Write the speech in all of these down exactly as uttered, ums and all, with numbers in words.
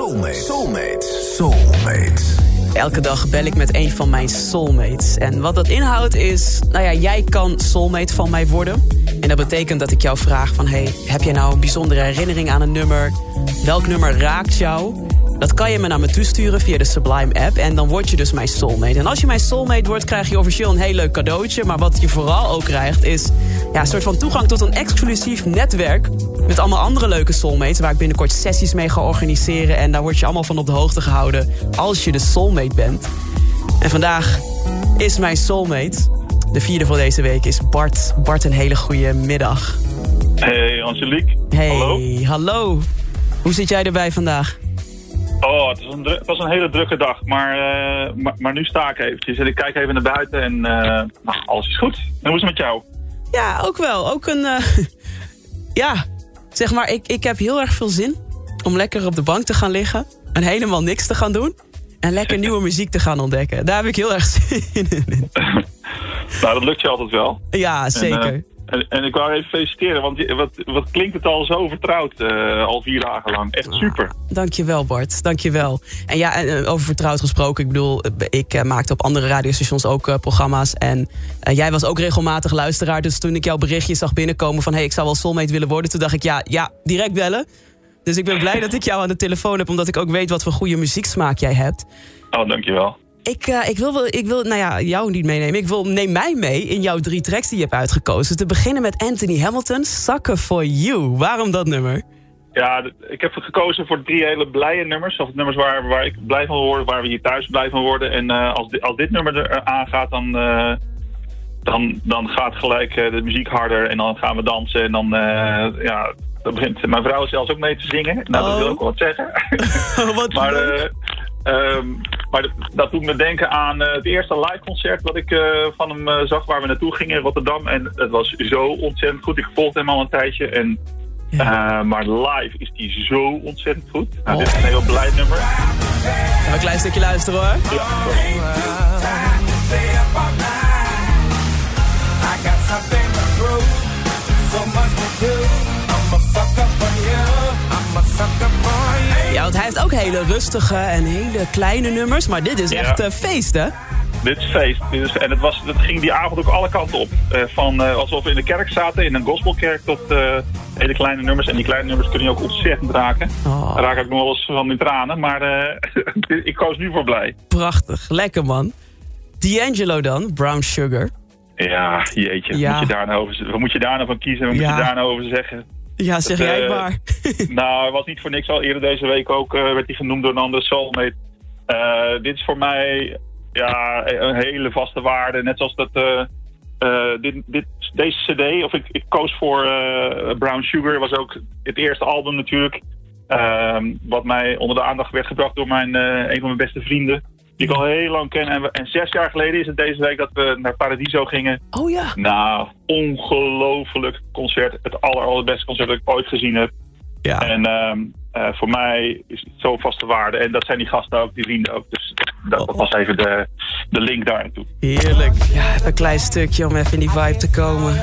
Soulmate. Soulmate. Soulmate. Elke dag bel ik met een van mijn soulmates. En wat dat inhoudt is, nou ja, jij kan soulmate van mij worden. En dat betekent dat ik jou vraag van, hey, heb jij nou een bijzondere herinnering aan een nummer? Welk nummer raakt jou? Dat kan je me naar me toesturen via de Sublime app. En dan word je dus mijn soulmate. En als je mijn soulmate wordt, krijg je officieel een heel leuk cadeautje. Maar wat je vooral ook krijgt is ja, een soort van toegang tot een exclusief netwerk. Met allemaal andere leuke soulmates. Waar ik binnenkort sessies mee ga organiseren. En daar word je allemaal van op de hoogte gehouden als je de soulmate bent. En vandaag is mijn soulmate. De vierde van deze week is Bart. Bart, een hele goede middag. Hey Angelique. Hey, hallo. hallo. Hoe zit jij erbij vandaag? Oh, het was een, dru- het was een hele drukke dag, maar, uh, maar, maar nu sta ik eventjes en ik kijk even naar buiten en uh, nou, alles is goed. En hoe is het met jou? Ja, ook wel. Ook een, uh, ja, zeg maar, ik, ik heb heel erg veel zin om lekker op de bank te gaan liggen en helemaal niks te gaan doen en lekker nieuwe muziek te gaan ontdekken. Daar heb ik heel erg zin in. Nou, dat lukt je altijd wel. Ja, zeker. En, uh, En, en ik wou even feliciteren, want je, wat, wat klinkt het al zo vertrouwd, uh, al vier dagen lang. Echt super. Ah, dankjewel Bart, dankjewel. En ja, uh, over vertrouwd gesproken, ik bedoel, ik uh, maakte op andere radiostations ook uh, programma's. En uh, jij was ook regelmatig luisteraar, dus toen ik jouw berichtje zag binnenkomen van, hey, ik zou wel soulmate willen worden, toen dacht ik, ja, ja, direct bellen. Dus ik ben blij dat ik jou aan de telefoon heb, omdat ik ook weet wat voor goede muzieksmaak jij hebt. Oh, dankjewel. Ik, uh, ik, wil wel, ik wil, nou ja, jou niet meenemen. Ik wil, neem mij mee in jouw drie tracks die je hebt uitgekozen. Te beginnen met Anthony Hamilton, Sucker for You. Waarom dat nummer? Ja, ik heb gekozen voor drie hele blije nummers. Of nummers waar, waar ik blij van word, waar we hier thuis blij van worden. En uh, als, di- als dit nummer er aangaat, dan, uh, dan, dan gaat gelijk uh, de muziek harder. En dan gaan we dansen. En dan, uh, ja, dan begint mijn vrouw zelfs ook mee te zingen. Nou, oh. dat wil ik wel wat zeggen. wat maar... Uh, Um, maar dat doet me denken aan uh, het eerste live concert wat ik uh, van hem uh, zag, waar we naartoe gingen in Rotterdam. En het was zo ontzettend goed. Ik volgde hem al een tijdje. En, ja. uh, maar live is hij zo ontzettend goed. Nou, oh. Dit is een heel blij nummer. Even een klein stukje luisteren hoor. Ja. Ja, want hij heeft ook hele rustige en hele kleine nummers. Maar dit is ja. echt uh, feest, hè? Dit is feest. Dit is, en het, was, het ging die avond ook alle kanten op. Uh, van uh, alsof we in de kerk zaten, in een gospelkerk, tot uh, hele kleine nummers. En die kleine nummers kunnen je ook ontzettend raken. Oh. Daar raak ik nog wel eens van in tranen. Maar uh, ik koos nu voor blij. Prachtig. Lekker, man. D'Angelo dan, Brown Sugar. Ja, jeetje. Ja. Moet je daar nou over, wat moet je daar nou van kiezen? Wat ja. moet je daar nou over zeggen? Ja, zeg dat, jij het uh, maar. Nou, het was niet voor niks al eerder deze week ook. Uh, werd hij genoemd door een andere soulmate. Uh, dit is voor mij ja, een hele vaste waarde. Net zoals dat uh, uh, dit, dit, deze cd, of ik, ik koos voor uh, Brown Sugar, was ook het eerste album natuurlijk. Uh, wat mij onder de aandacht werd gebracht door mijn, uh, een van mijn beste vrienden. Die ik al heel lang ken. En, we, en zes jaar geleden is het deze week dat we naar Paradiso gingen. Oh ja. Nou, ongelooflijk concert. Het aller, allerbeste concert dat ik ooit gezien heb. Ja. En um, uh, voor mij is het zo'n vaste waarde. En dat zijn die gasten ook, die vrienden ook. Dus dat, dat was even de, de link daar naartoe. Heerlijk. Ja, even een klein stukje om even in die vibe te komen.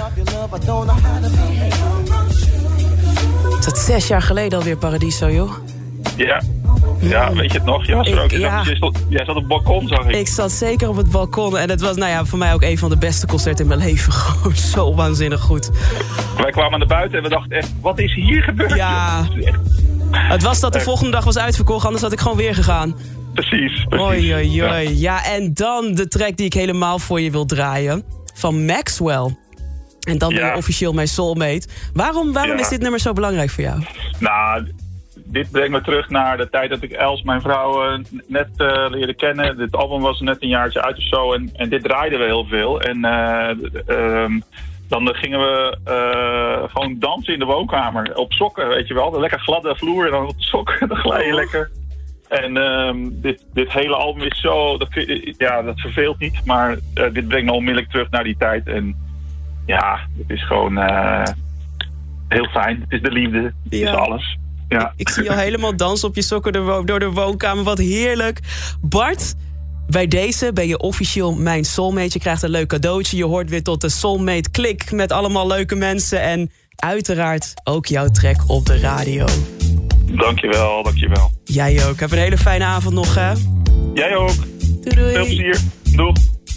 Is dat zes jaar geleden alweer Paradiso, joh? Ja. Ja, weet je het nog? Je was er ik, ook. Ja. Jij zat, jij zat op het balkon, zag ik. Ik zat zeker op het balkon. En het was nou ja, voor mij ook een van de beste concerten in mijn leven. Gewoon zo waanzinnig goed. Wij kwamen naar buiten en we dachten echt, wat is hier gebeurd? Ja. Het was dat de volgende dag was uitverkocht, anders had ik gewoon weer gegaan. Precies, precies. Oei, oei, oei. Ja. ja, en dan de track die ik helemaal voor je wil draaien. Van Maxwell. En dan ben je ja. officieel mijn soulmate. Waarom, waarom ja. is dit nummer zo belangrijk voor jou? Nou... Dit brengt me terug naar de tijd dat ik Els, mijn vrouw, uh, net uh, leerde kennen. Dit album was net een jaartje uit of zo. En, en dit draaiden we heel veel. En uh, um, dan gingen we uh, gewoon dansen in de woonkamer. Op sokken, weet je wel. De lekker gladde vloer en dan op sokken. Dan glij je lekker. En um, dit, dit hele album is zo... Dat, ja, dat verveelt niet. Maar uh, dit brengt me onmiddellijk terug naar die tijd. En ja, het is gewoon uh, heel fijn. Het is de liefde. Het ja. is alles. Ja. Ik zie jou helemaal dansen op je sokken door de woonkamer. Wat heerlijk. Bart, bij deze ben je officieel mijn soulmate. Je krijgt een leuk cadeautje. Je hoort weer tot de soulmate klik met allemaal leuke mensen. En uiteraard ook jouw track op de radio. Dankjewel, dankjewel. Jij ook. Heb een hele fijne avond nog, hè? Jij ook. Doei, doei. Veel plezier. Doeg.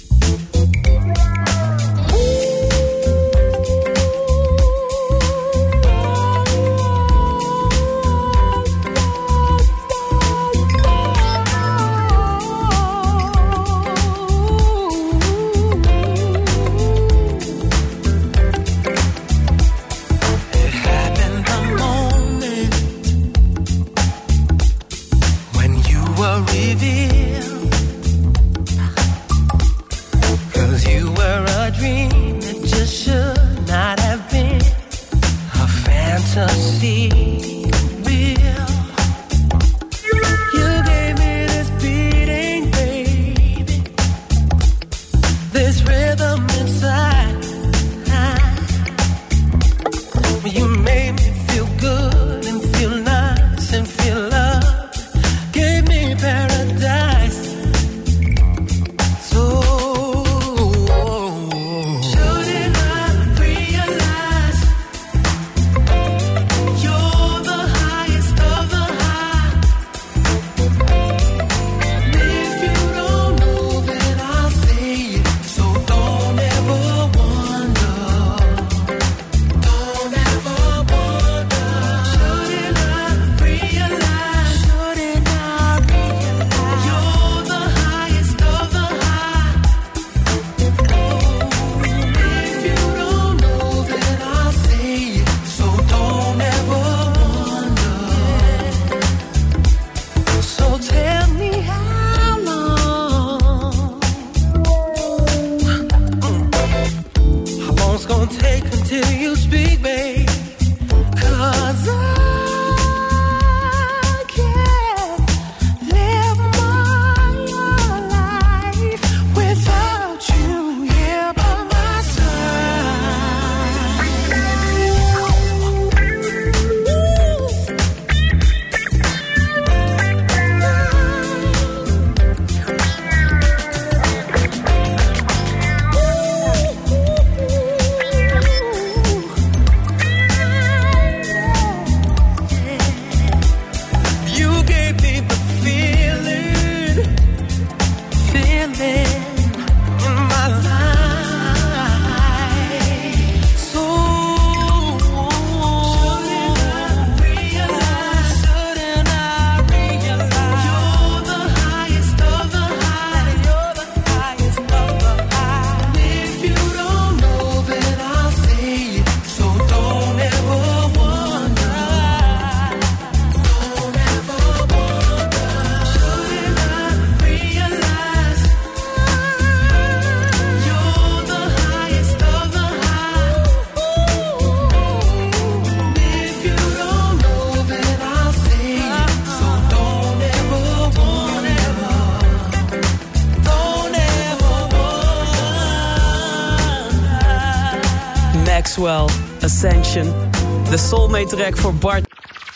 Maxwell, Ascension. De Soulmate track voor Bart.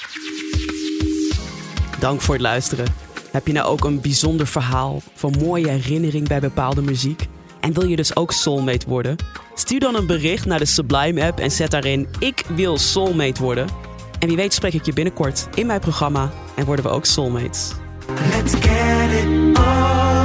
Dank voor het luisteren. Heb je nou ook een bijzonder verhaal of een mooie herinnering bij bepaalde muziek? En wil je dus ook Soulmate worden? Stuur dan een bericht naar de Sublime app en zet daarin ik wil Soulmate worden. En wie weet spreek ik je binnenkort in mijn programma en worden we ook Soulmates. Let's get it on.